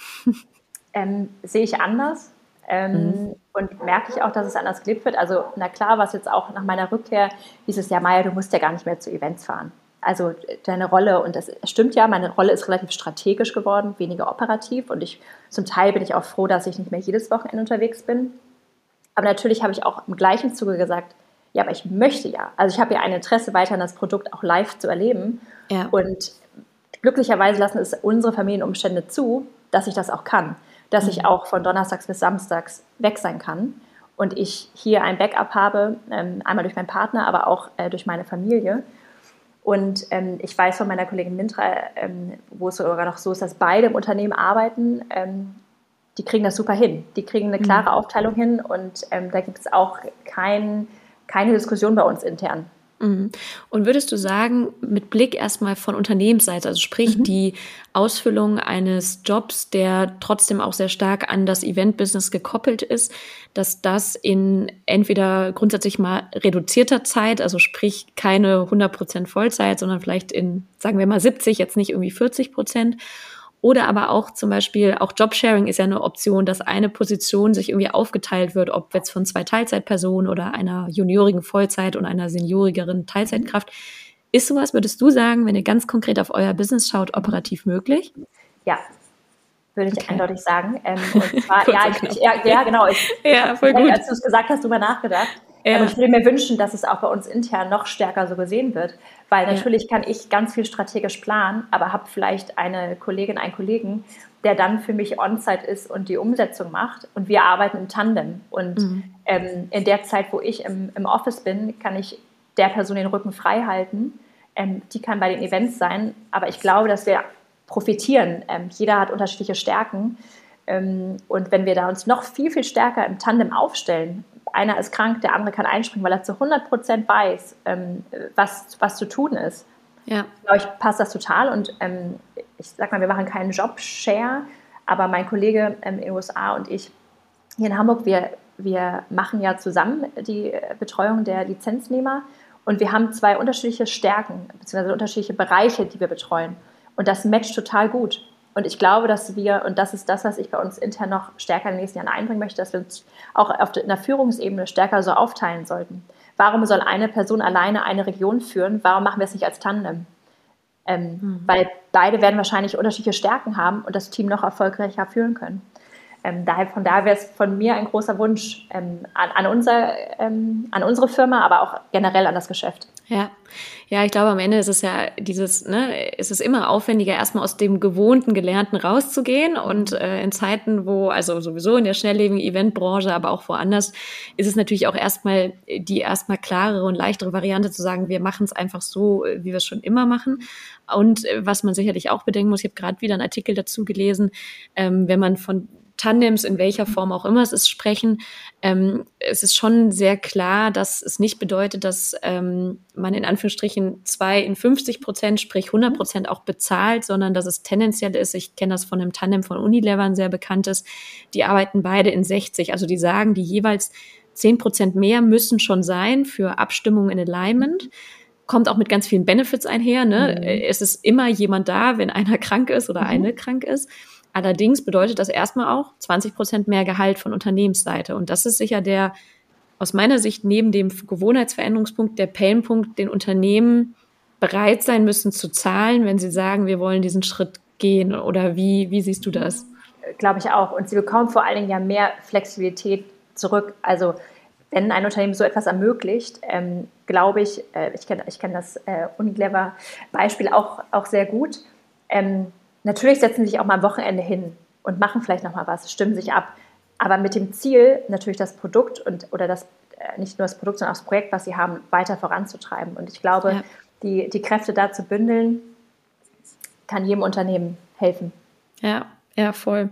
Sehe ich anders. Und merke ich auch, dass es anders gelebt wird. Also na klar, was jetzt auch nach meiner Rückkehr hieß es ja, Maja, du musst ja gar nicht mehr zu Events fahren. Also deine Rolle, und das stimmt ja, meine Rolle ist relativ strategisch geworden, weniger operativ, und zum Teil bin ich auch froh, dass ich nicht mehr jedes Wochenende unterwegs bin. Aber natürlich habe ich auch im gleichen Zuge gesagt, ja, aber ich möchte ja. Also ich habe ja ein Interesse, weiterhin das Produkt auch live zu erleben. Ja. Und glücklicherweise lassen es unsere Familienumstände zu, dass ich das auch kann. Dass ich auch von Donnerstags bis Samstags weg sein kann und ich hier ein Backup habe, einmal durch meinen Partner, aber auch durch meine Familie. Und ich weiß von meiner Kollegin Mintra, wo es sogar noch so ist, dass beide im Unternehmen arbeiten, die kriegen das super hin. Die kriegen eine klare Aufteilung hin und da gibt es auch keine Diskussion bei uns intern. Und würdest du sagen, mit Blick erstmal von Unternehmensseite, also sprich die Ausfüllung eines Jobs, der trotzdem auch sehr stark an das Event-Business gekoppelt ist, dass das in entweder grundsätzlich mal reduzierter Zeit, also sprich keine 100% Vollzeit, sondern vielleicht in, sagen wir mal 70, jetzt nicht irgendwie 40%, oder aber auch zum Beispiel, auch Jobsharing ist ja eine Option, dass eine Position sich irgendwie aufgeteilt wird, ob jetzt von 2 Teilzeitpersonen oder einer juniorigen Vollzeit und einer seniorigeren Teilzeitkraft. Ist sowas, würdest du sagen, wenn ihr ganz konkret auf euer Business schaut, operativ möglich? Ja, würde ich eindeutig sagen. Und zwar, genau. Voll gut. Als du es gesagt hast, drüber nachgedacht. Und ich würde mir wünschen, dass es auch bei uns intern noch stärker so gesehen wird, weil natürlich kann ich ganz viel strategisch planen, aber habe vielleicht eine Kollegin, einen Kollegen, der dann für mich on-site ist und die Umsetzung macht und wir arbeiten im Tandem. Und in der Zeit, wo ich im Office bin, kann ich der Person den Rücken frei halten. Die kann bei den Events sein, aber ich glaube, dass wir profitieren. Jeder hat unterschiedliche Stärken und wenn wir da uns noch viel, viel stärker im Tandem aufstellen, einer ist krank, der andere kann einspringen, weil er zu 100% weiß, was zu tun ist. Ja. Glaube ich, passt das total. Und ich sag mal, wir machen keinen Job-Share, aber mein Kollege in den USA und ich hier in Hamburg, wir machen ja zusammen die Betreuung der Lizenznehmer und wir haben 2 unterschiedliche Stärken, beziehungsweise unterschiedliche Bereiche, die wir betreuen. Und das matcht total gut. Und ich glaube, dass wir, und das ist das, was ich bei uns intern noch stärker in den nächsten Jahren einbringen möchte, dass wir uns auch auf einer Führungsebene stärker so aufteilen sollten. Warum soll eine Person alleine eine Region führen? Warum machen wir es nicht als Tandem? Weil beide werden wahrscheinlich unterschiedliche Stärken haben und das Team noch erfolgreicher führen können. Von daher wäre es von mir ein großer Wunsch an unsere Firma, aber auch generell an das Geschäft. Ja, ich glaube, am Ende ist es ja es ist immer aufwendiger, erstmal aus dem gewohnten, gelernten rauszugehen und in Zeiten, wo, also sowieso in der schnelllebigen Eventbranche, aber auch woanders, ist es natürlich auch erstmal klarere und leichtere Variante zu sagen, wir machen es einfach so, wie wir es schon immer machen. Und was man sicherlich auch bedenken muss, ich habe gerade wieder einen Artikel dazu gelesen, wenn man von Tandems, in welcher Form auch immer es ist, sprechen. Es ist schon sehr klar, dass es nicht bedeutet, dass man in Anführungsstrichen 2 in 50%, sprich 100% auch bezahlt, sondern dass es tendenziell ist, ich kenne das von einem Tandem von Unilever, ein sehr bekanntes, die arbeiten beide in 60. Also die sagen, die jeweils 10% mehr müssen schon sein für Abstimmung in Alignment. Kommt auch mit ganz vielen Benefits einher. Ne? Es ist immer jemand da, wenn einer krank ist oder eine krank ist. Allerdings bedeutet das erstmal auch 20% mehr Gehalt von Unternehmensseite. Und das ist sicher aus meiner Sicht neben dem Gewohnheitsveränderungspunkt, der Painpunkt, den Unternehmen bereit sein müssen zu zahlen, wenn sie sagen, wir wollen diesen Schritt gehen. Oder wie siehst du das? Glaube ich auch. Und sie bekommen vor allen Dingen ja mehr Flexibilität zurück. Also wenn ein Unternehmen so etwas ermöglicht, glaube ich, ich kenn das Unilever-Beispiel auch sehr gut. Natürlich setzen sie sich auch mal am Wochenende hin und machen vielleicht noch mal was, stimmen sich ab, aber mit dem Ziel, natürlich das Produkt nicht nur das Produkt, sondern auch das Projekt, was sie haben, weiter voranzutreiben. Und ich glaube, die Kräfte da zu bündeln, kann jedem Unternehmen helfen. Ja, voll.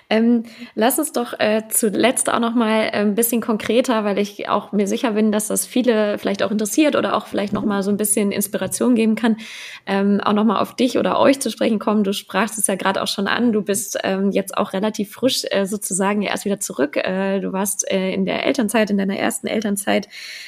Lass uns doch zuletzt auch noch mal ein bisschen konkreter, weil ich auch mir sicher bin, dass das viele vielleicht auch interessiert oder auch vielleicht noch mal so ein bisschen Inspiration geben kann, auch noch mal auf dich oder euch zu sprechen kommen. Du sprachst es ja gerade auch schon an. Du bist jetzt auch relativ frisch sozusagen erst wieder zurück. Du warst in der Elternzeit, in deiner ersten Elternzeit.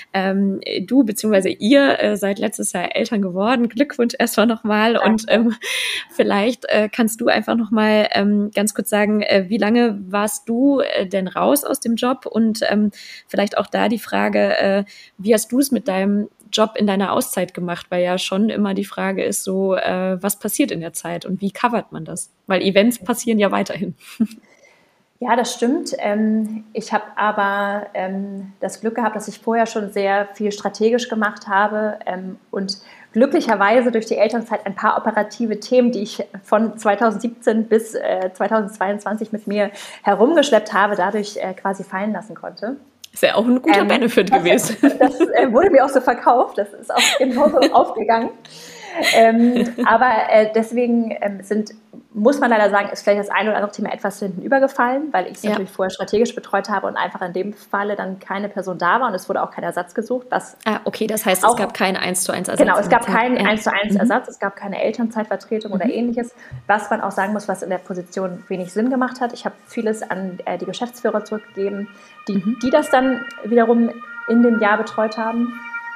Du bzw. ihr seid letztes Jahr Eltern geworden. Glückwunsch erstmal noch mal. Und vielleicht kannst du einfach noch mal ganz kurz sagen, wie lange warst du denn raus aus dem Job? Und vielleicht auch da die Frage, wie hast du es mit deinem Job in deiner Auszeit gemacht? Weil ja schon immer die Frage ist so, was passiert in der Zeit und wie covert man das? Weil Events passieren ja weiterhin. Ja, das stimmt. Ich habe aber das Glück gehabt, dass ich vorher schon sehr viel strategisch gemacht habe und glücklicherweise durch die Elternzeit ein paar operative Themen, die ich von 2017 bis 2022 mit mir herumgeschleppt habe, dadurch quasi fallen lassen konnte. Ist ja auch ein guter Benefit gewesen. Das wurde mir auch so verkauft, das ist auch genauso aufgegangen. Aber deswegen sind muss man leider sagen, ist vielleicht das eine oder andere Thema etwas hinten übergefallen, weil ich es natürlich vorher strategisch betreut habe und einfach in dem Falle dann keine Person da war und es wurde auch kein Ersatz gesucht. Okay, das heißt, es gab keinen 1:1 Ersatz. Genau, es gab keinen 1:1 Ersatz, es gab keine Elternzeitvertretung oder ähnliches, was man auch sagen muss, was in der Position wenig Sinn gemacht hat. Ich habe vieles an die Geschäftsführer zurückgegeben, die das dann wiederum in dem Jahr betreut haben.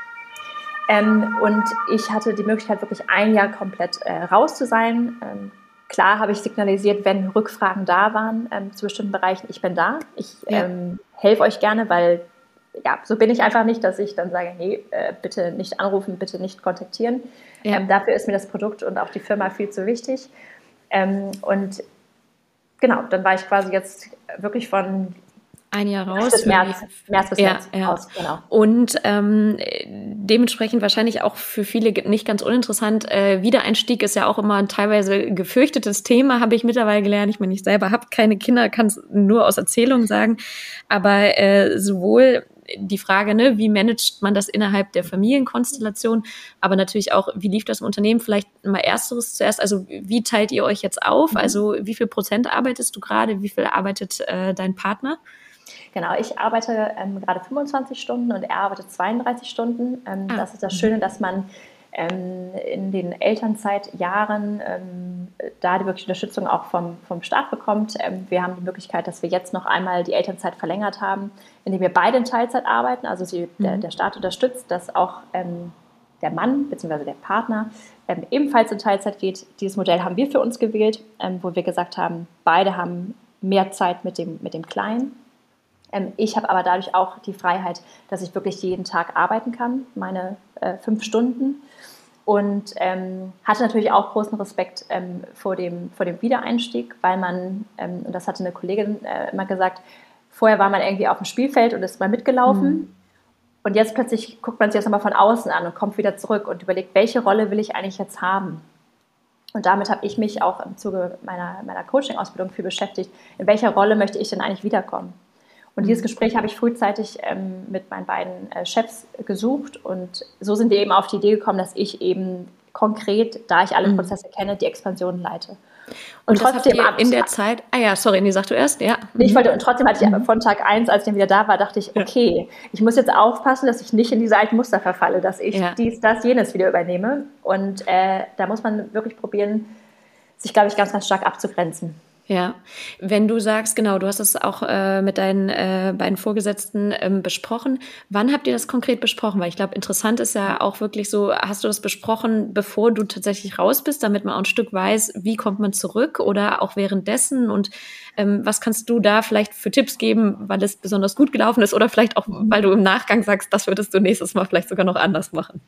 Und ich hatte die Möglichkeit, wirklich ein Jahr komplett raus zu sein. Klar habe ich signalisiert, wenn Rückfragen da waren zu bestimmten Bereichen, ich bin da. Ich helfe euch gerne, weil ja, so bin ich einfach nicht, dass ich dann sage, nee, bitte nicht anrufen, bitte nicht kontaktieren. Ja. Dafür ist mir das Produkt und auch die Firma viel zu wichtig. Und genau, dann war ich quasi jetzt wirklich von ein Jahr raus. Bis März bis März raus, genau. Und dementsprechend wahrscheinlich auch für viele nicht ganz uninteressant. Wiedereinstieg ist ja auch immer ein teilweise gefürchtetes Thema, habe ich mittlerweile gelernt. Ich meine, ich selber habe keine Kinder, kann es nur aus Erzählungen sagen. Aber sowohl die Frage, ne, wie managt man das innerhalb der Familienkonstellation, aber natürlich auch, wie lief das im Unternehmen? Vielleicht mal Ersteres zuerst. Also wie teilt ihr euch jetzt auf? Also wie viel Prozent arbeitest du gerade? Wie viel arbeitet dein Partner? Genau, ich arbeite gerade 25 Stunden und er arbeitet 32 Stunden. Das ist das Schöne, dass man in den Elternzeitjahren da die wirklich Unterstützung auch vom Staat bekommt. Wir haben die Möglichkeit, dass wir jetzt noch einmal die Elternzeit verlängert haben, indem wir beide in Teilzeit arbeiten. Also der Staat unterstützt, dass auch der Mann bzw. der Partner ebenfalls in Teilzeit geht. Dieses Modell haben wir für uns gewählt, wo wir gesagt haben, beide haben mehr Zeit mit dem Kleinen. Ich habe aber dadurch auch die Freiheit, dass ich wirklich jeden Tag arbeiten kann, meine 5 Stunden. Und hatte natürlich auch großen Respekt vor dem Wiedereinstieg, weil man, und das hatte eine Kollegin immer gesagt, vorher war man irgendwie auf dem Spielfeld und ist mal mitgelaufen. Und jetzt plötzlich guckt man sich das nochmal von außen an und kommt wieder zurück und überlegt, welche Rolle will ich eigentlich jetzt haben? Und damit habe ich mich auch im Zuge meiner Coaching-Ausbildung viel beschäftigt. In welcher Rolle möchte ich denn eigentlich wiederkommen? Und dieses Gespräch habe ich frühzeitig mit meinen beiden Chefs gesucht und so sind wir eben auf die Idee gekommen, dass ich eben konkret, da ich alle Prozesse kenne, die Expansion leite. Und trotzdem habt ihr in der Zeit, nee, sag du erst, ja. Und trotzdem hatte ich von Tag 1, als ich dann wieder da war, dachte ich, okay, ich muss jetzt aufpassen, dass ich nicht in diese alten Muster verfalle, dass ich dies, das, jenes wieder übernehme. Und da muss man wirklich probieren, sich, glaube ich, ganz, ganz stark abzugrenzen. Ja, wenn du sagst, genau, du hast es auch mit deinen beiden Vorgesetzten besprochen. Wann habt ihr das konkret besprochen? Weil ich glaube, interessant ist ja auch wirklich so, hast du das besprochen, bevor du tatsächlich raus bist, damit man auch ein Stück weiß, wie kommt man zurück oder auch währenddessen? Und was kannst du da vielleicht für Tipps geben, weil es besonders gut gelaufen ist oder vielleicht auch, weil du im Nachgang sagst, das würdest du nächstes Mal vielleicht sogar noch anders machen?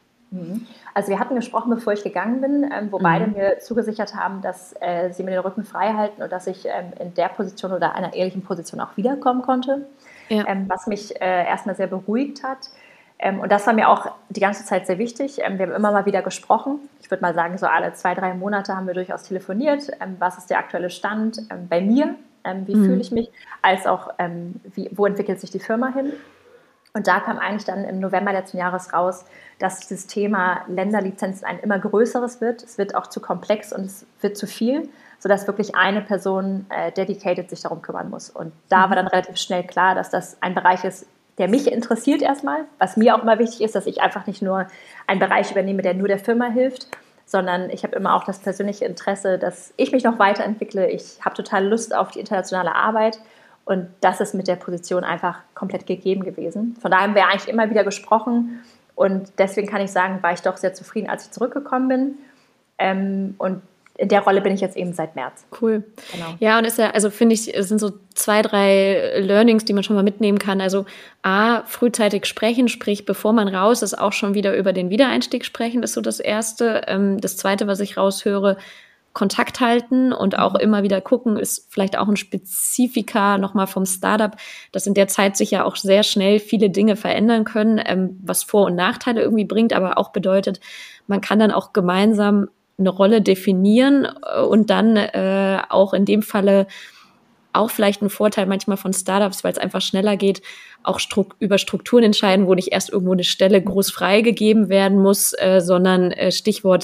Also wir hatten gesprochen, bevor ich gegangen bin, wo beide mir zugesichert haben, dass sie mir den Rücken frei halten und dass ich in der Position oder einer ähnlichen Position auch wiederkommen konnte, was mich erstmal sehr beruhigt hat. Und das war mir auch die ganze Zeit sehr wichtig. Wir haben immer mal wieder gesprochen. Ich würde mal sagen, so alle 2-3 Monate haben wir durchaus telefoniert. Was ist der aktuelle Stand bei mir? Wie fühle ich mich? Als auch, wo entwickelt sich die Firma hin? Und da kam eigentlich dann im November letzten Jahres raus, dass dieses Thema Länderlizenzen ein immer größeres wird. Es wird auch zu komplex und es wird zu viel, sodass wirklich eine Person dedicated sich darum kümmern muss. Und da war dann relativ schnell klar, dass das ein Bereich ist, der mich interessiert erstmal. Was mir auch immer wichtig ist, dass ich einfach nicht nur einen Bereich übernehme, der nur der Firma hilft, sondern ich habe immer auch das persönliche Interesse, dass ich mich noch weiterentwickle. Ich habe total Lust auf die internationale Arbeit. Und das ist mit der Position einfach komplett gegeben gewesen. Von daher haben wir eigentlich immer wieder gesprochen. Und deswegen kann ich sagen, war ich doch sehr zufrieden, als ich zurückgekommen bin. Und in der Rolle bin ich jetzt eben seit März. Cool. Genau. Ja, und ist ja, also finde ich, es sind so 2-3 Learnings, die man schon mal mitnehmen kann. Also frühzeitig sprechen, sprich, bevor man raus ist, auch schon wieder über den Wiedereinstieg sprechen, ist so das Erste. Das Zweite, was ich raushöre, Kontakt halten und auch immer wieder gucken, ist vielleicht auch ein Spezifika nochmal vom Startup, dass in der Zeit sich ja auch sehr schnell viele Dinge verändern können, was Vor- und Nachteile irgendwie bringt, aber auch bedeutet, man kann dann auch gemeinsam eine Rolle definieren und dann auch in dem Falle auch vielleicht ein Vorteil manchmal von Startups, weil es einfach schneller geht, auch über Strukturen entscheiden, wo nicht erst irgendwo eine Stelle groß freigegeben werden muss, sondern Stichwort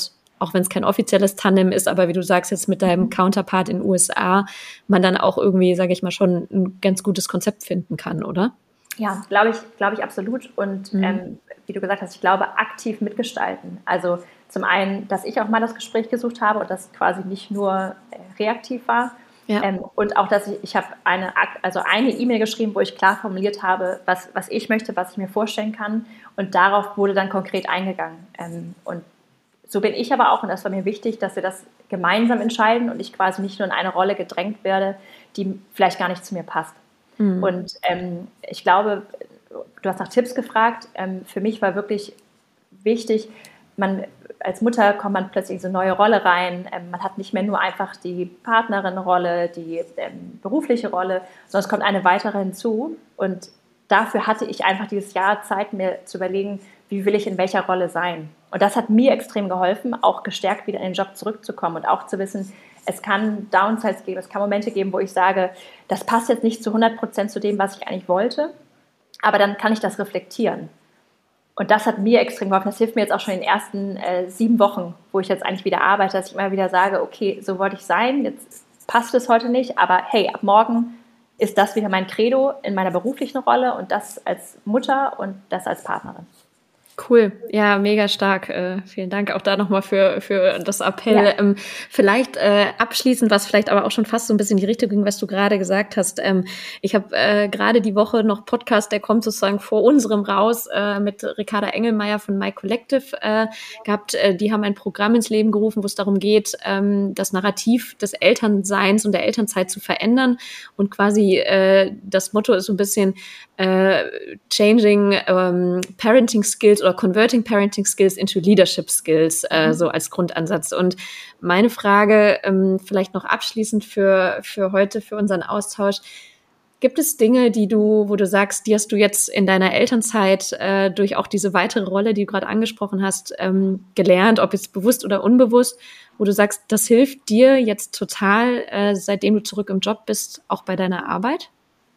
auch wenn es kein offizielles Tandem ist, aber wie du sagst, jetzt mit deinem Counterpart in den USA, man dann auch irgendwie, sage ich mal, schon ein ganz gutes Konzept finden kann, oder? Ja, glaube ich absolut. Und wie du gesagt hast, ich glaube, aktiv mitgestalten. Also zum einen, dass ich auch mal das Gespräch gesucht habe und das quasi nicht nur reaktiv war. Ja. Und auch, dass ich habe eine E-Mail geschrieben, wo ich klar formuliert habe, was ich möchte, was ich mir vorstellen kann. Und darauf wurde dann konkret eingegangen. Und so bin ich aber auch, und das war mir wichtig, dass wir das gemeinsam entscheiden und ich quasi nicht nur in eine Rolle gedrängt werde, die vielleicht gar nicht zu mir passt. Und ich glaube, du hast nach Tipps gefragt. Für mich war wirklich wichtig, als Mutter kommt man plötzlich in so eine neue Rolle rein. Man hat nicht mehr nur einfach die Partnerin-Rolle, die berufliche Rolle, sondern es kommt eine weitere hinzu. Und dafür hatte ich einfach dieses Jahr Zeit, mir zu überlegen, wie will ich in welcher Rolle sein. Und das hat mir extrem geholfen, auch gestärkt wieder in den Job zurückzukommen und auch zu wissen, es kann Downsides geben, es kann Momente geben, wo ich sage, das passt jetzt nicht zu 100% zu dem, was ich eigentlich wollte, aber dann kann ich das reflektieren. Und das hat mir extrem geholfen. Das hilft mir jetzt auch schon in den ersten 7 Wochen, wo ich jetzt eigentlich wieder arbeite, dass ich immer wieder sage, okay, so wollte ich sein, jetzt passt es heute nicht, aber hey, ab morgen ist das wieder mein Credo in meiner beruflichen Rolle und das als Mutter und das als Partnerin. Cool, ja, mega stark. Vielen Dank auch da nochmal für das Appell. Ja. Vielleicht abschließend, was vielleicht aber auch schon fast so ein bisschen in die Richtung ging, was du gerade gesagt hast. Ich habe gerade die Woche noch Podcast, der kommt sozusagen vor unserem raus, mit Ricarda Engelmeier von My Collective gehabt. Die haben ein Programm ins Leben gerufen, wo es darum geht, das Narrativ des Elternseins und der Elternzeit zu verändern. Und quasi das Motto ist so ein bisschen Changing Parenting Skills oder Converting Parenting Skills into Leadership Skills, so als Grundansatz. Und meine Frage vielleicht noch abschließend für heute, für unseren Austausch: Gibt es Dinge, wo du sagst, die hast du jetzt in deiner Elternzeit durch auch diese weitere Rolle, die du gerade angesprochen hast, gelernt, ob jetzt bewusst oder unbewusst, wo du sagst, das hilft dir jetzt total, seitdem du zurück im Job bist, auch bei deiner Arbeit?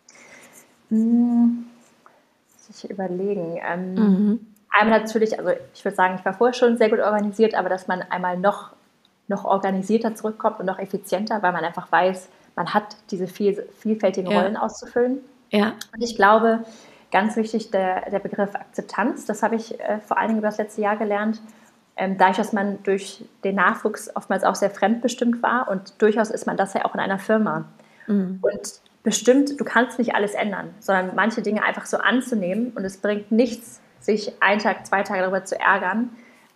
Muss ich überlegen. Einmal natürlich, also ich würde sagen, ich war vorher schon sehr gut organisiert, aber dass man einmal noch organisierter zurückkommt und noch effizienter, weil man einfach weiß, man hat diese vielfältigen Rollen auszufüllen. Ja. Und ich glaube, ganz wichtig, der Begriff Akzeptanz, das habe ich vor allen Dingen über das letzte Jahr gelernt, dadurch, dass man durch den Nachwuchs oftmals auch sehr fremdbestimmt war und durchaus ist man das ja auch in einer Firma. Und bestimmt, du kannst nicht alles ändern, sondern manche Dinge einfach so anzunehmen und es bringt nichts, sich 1 Tag, 2 Tage darüber zu ärgern,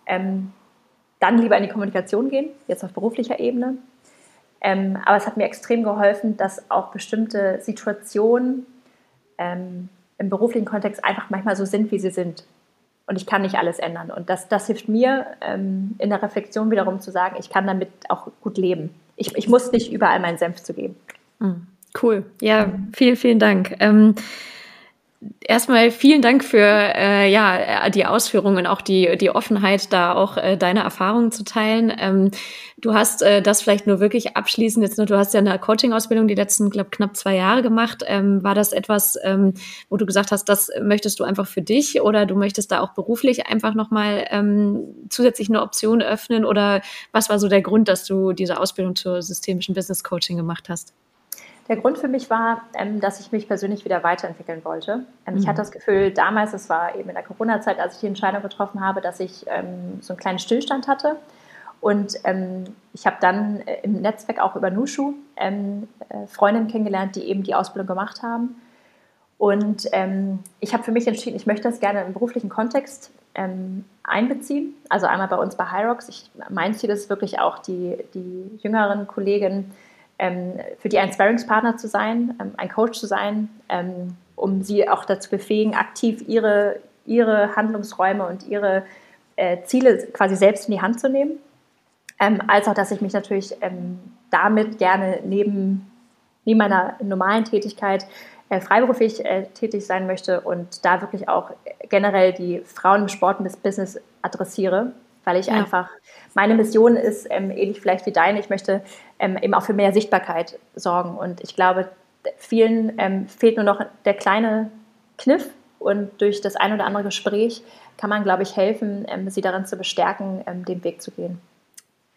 dann lieber in die Kommunikation gehen, jetzt auf beruflicher Ebene. Aber es hat mir extrem geholfen, dass auch bestimmte Situationen im beruflichen Kontext einfach manchmal so sind, wie sie sind. Und ich kann nicht alles ändern. Und das hilft mir in der Reflexion wiederum zu sagen, ich kann damit auch gut leben. Ich muss nicht überall meinen Senf zu geben. Cool. Ja, vielen, vielen Dank. Erstmal vielen Dank für die Ausführungen und auch die Offenheit, da auch deine Erfahrungen zu teilen. Du hast das vielleicht nur wirklich abschließend jetzt, du hast ja eine Coaching-Ausbildung die letzten, glaube knapp 2 Jahre gemacht. War das etwas, wo du gesagt hast, das möchtest du einfach für dich oder du möchtest da auch beruflich einfach nochmal zusätzlich eine Option öffnen oder was war so der Grund, dass du diese Ausbildung zur systemischen Business Coaching gemacht hast? Der Grund für mich war, dass ich mich persönlich wieder weiterentwickeln wollte. Ich hatte das Gefühl, damals, das war eben in der Corona-Zeit, als ich die Entscheidung getroffen habe, dass ich so einen kleinen Stillstand hatte. Und ich habe dann im Netzwerk auch über Nushu Freundinnen kennengelernt, die eben die Ausbildung gemacht haben. Und ich habe für mich entschieden, ich möchte das gerne im beruflichen Kontext einbeziehen. Also einmal bei uns bei HYROX. Mein Ziel ist wirklich auch, die jüngeren Kolleginnen für die ein Sparringspartner zu sein, ein Coach zu sein, um sie auch dazu befähigen, aktiv ihre Handlungsräume und ihre Ziele quasi selbst in die Hand zu nehmen. Als auch, dass ich mich natürlich damit gerne neben meiner normalen Tätigkeit freiberuflich tätig sein möchte und da wirklich auch generell die Frauen im Sport und das Business adressiere, weil ich einfach, meine Mission ist, ähnlich vielleicht wie deine, ich möchte eben auch für mehr Sichtbarkeit sorgen. Und ich glaube, vielen fehlt nur noch der kleine Kniff und durch das ein oder andere Gespräch kann man, glaube ich, helfen, sie darin zu bestärken, den Weg zu gehen.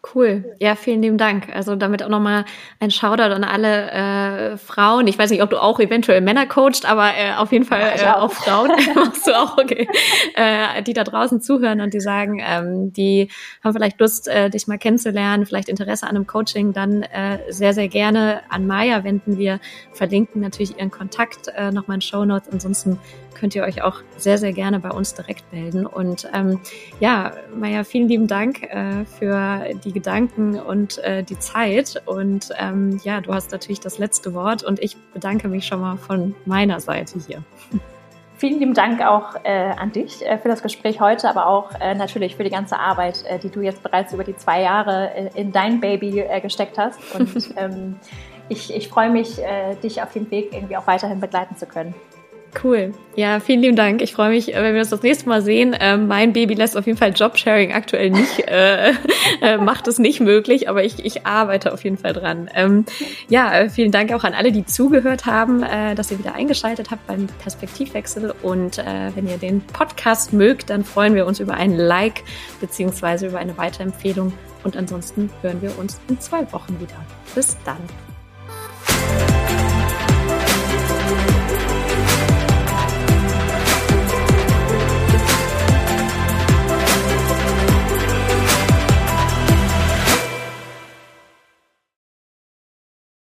Cool. Ja, vielen lieben Dank. Also damit auch nochmal ein Shoutout an alle Frauen. Ich weiß nicht, ob du auch eventuell Männer coachst, aber auf jeden Fall auch Frauen. Machst du auch, okay. Die da draußen zuhören und die sagen, die haben vielleicht Lust, dich mal kennenzulernen, vielleicht Interesse an einem Coaching, dann sehr, sehr gerne an Maja wenden. Wir verlinken natürlich ihren Kontakt nochmal in Shownotes. Ansonsten könnt ihr euch auch sehr, sehr gerne bei uns direkt melden. Und ja, Maja, vielen lieben Dank für die Gedanken und die Zeit. Und ja, du hast natürlich das letzte Wort und ich bedanke mich schon mal von meiner Seite hier. Vielen lieben Dank auch an dich für das Gespräch heute, aber auch natürlich für die ganze Arbeit, die du jetzt bereits über die 2 Jahre in dein Baby gesteckt hast. Und ich freue mich, dich auf dem Weg irgendwie auch weiterhin begleiten zu können. Cool. Ja, vielen lieben Dank. Ich freue mich, wenn wir uns das nächste Mal sehen. Mein Baby lässt auf jeden Fall Jobsharing aktuell nicht, macht es nicht möglich, aber ich arbeite auf jeden Fall dran. Ja, vielen Dank auch an alle, die zugehört haben, dass ihr wieder eingeschaltet habt beim Perspektivwechsel. Und wenn ihr den Podcast mögt, dann freuen wir uns über ein Like beziehungsweise über eine Weiterempfehlung. Und ansonsten hören wir uns in 2 Wochen wieder. Bis dann.